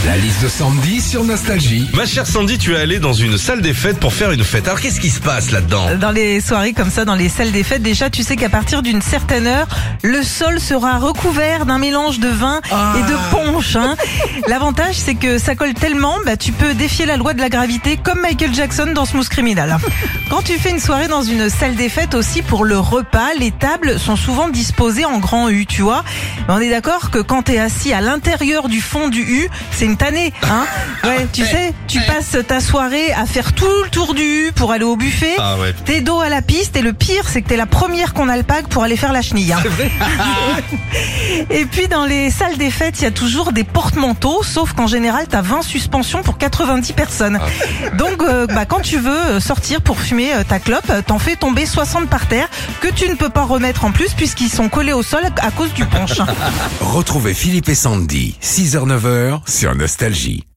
La liste de Sandy sur Nostalgie. Ma chère Sandy, tu es allée dans une salle des fêtes pour faire une fête. Alors qu'est-ce qui se passe là-dedans? Dans les soirées comme ça, dans les salles des fêtes, déjà tu sais qu'à partir d'une certaine heure, le sol sera recouvert d'un mélange de vin et de punch. L'avantage c'est que ça colle tellement, tu peux défier la loi de la gravité comme Michael Jackson dans Smooth Criminal. Quand tu fais une soirée dans une salle des fêtes aussi, pour le repas, les tables sont souvent disposées en grand U, tu vois. Mais on est d'accord que quand t'es assis à l'intérieur du fond du U, c'est une tannée, hein. Ouais, tu sais, tu passes ta soirée à faire tout le tour du U pour aller au buffet. Ah ouais. T'es dos à la piste et le pire, c'est que t'es la première qu'on alpague pour aller faire la chenille. Hein. C'est vrai. Et puis dans les salles des fêtes, il y a toujours des porte-manteaux, sauf qu'en général, t'as 20 suspensions pour 90 personnes. Donc quand tu veux sortir pour fumer ta clope, t'en fais tomber 60 par terre, que tu ne peux pas remettre en plus puisqu'ils sont collés au sol à cause du punch. Retrouvez Philippe et Sandy, 6h-9h sur Nostalgie.